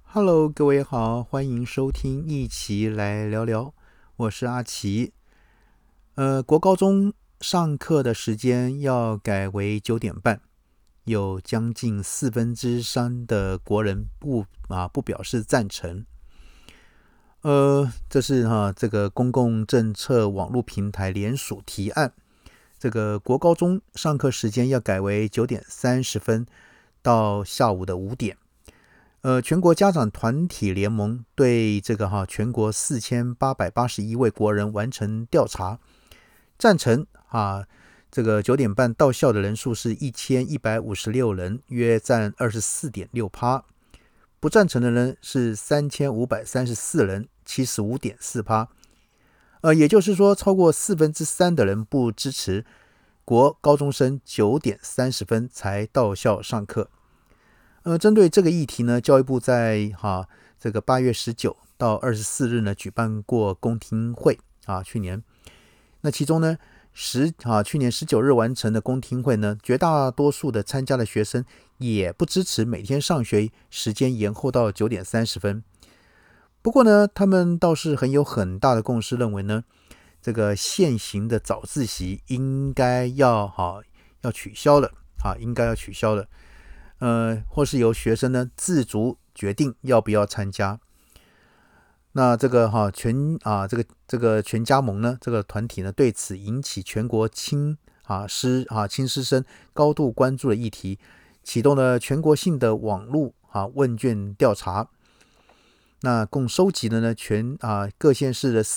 Hello，各位好，欢迎收听一起来聊聊，我是阿奇。国高中上课的时间要改为9点半，有将近3%的国人不表示赞成。这是这个公共政策网络平台联署提案，这个国高中上课时间要改为9点30分到下午的5点。全国家长团体联盟对这个全国4881位国人完成调查，赞成这个9点半到校的人数是1156人，约占24.6%，不赞成的人是3534人，75.4%。也就是说，超过3%的人不支持国高中生9点30分才到校上课。针对这个议题呢，教育部在这个8月19到24日呢举办过公听会去年。那其中呢去年19日完成的公听会呢，绝大多数的参加的学生也不支持每天上学时间延后到9点30分。不过呢，他们倒是有很大的共识，认为呢，这个现行的早自习应该要取消了应该要取消了。或是由学生呢自主决定要不要参加。那这个全加盟呢，这个团体呢对此引起全国亲师生高度关注的议题，启动了全国性的网络问卷调查。那共收集了呢各县市的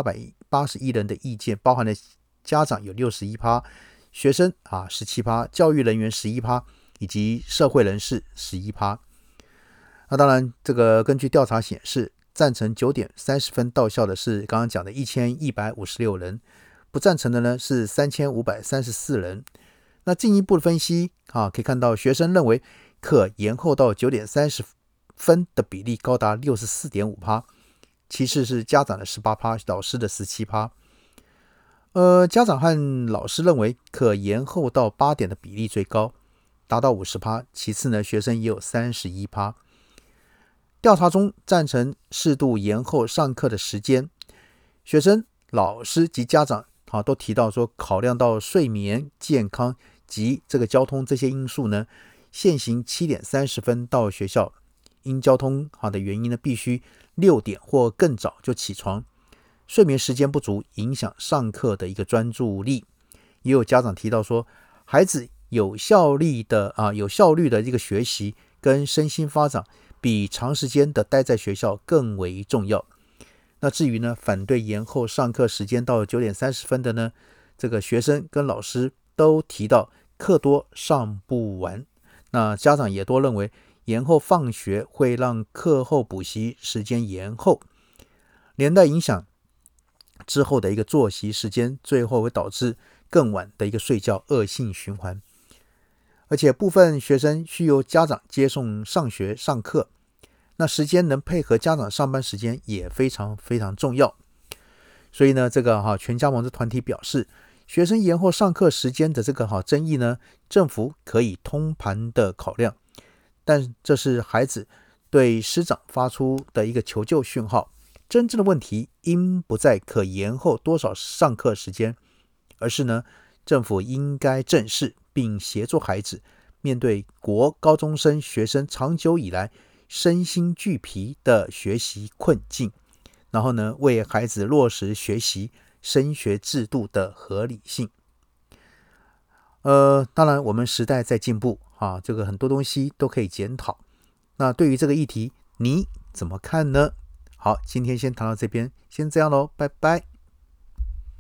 4881人的意见，包含了家长有61%，学生17%，教育人员11%。以及社会人士11%。那当然，这个根据调查显示，赞成9点30分到校的是刚刚讲的1156人，不赞成的呢是3534人。那进一步的分析可以看到，学生认为可延后到9点30分的比例高达64.5%，其次是家长的18%，老师的17%。家长和老师认为可延后到8点的比例最高，达到50%，其次呢，学生也有31%。调查中赞成适度延后上课的时间，学生、老师及家长都提到说，考量到睡眠、健康及这个交通这些因素呢，现行7点30分到学校，因交通的原因呢，必须6点或更早就起床，睡眠时间不足，影响上课的一个专注力。也有家长提到说，孩子有效率的一个学习跟身心发展比长时间的待在学校更为重要。那至于呢，反对延后上课时间到9点30分的呢，这个学生跟老师都提到课多上不完，那家长也多认为延后放学会让课后补习时间延后，连带影响之后的一个作息时间，最后会导致更晚的一个睡觉，恶性循环。而且部分学生需由家长接送上学上课，那时间能配合家长上班时间也非常非常重要。所以呢，这个全加盟的团体表示，学生延后上课时间的这个争议呢，政府可以通盘的考量，但这是孩子对师长发出的一个求救讯号。真正的问题应不在可延后多少上课时间，而是呢，政府应该正视并协助孩子面对国高中生学生长久以来身心俱疲的学习困境，然后呢，为孩子落实学习升学制度的合理性。当然我们时代在进步这个很多东西都可以检讨。那对于这个议题，你怎么看呢？好，今天先谈到这边，先这样咯，拜拜。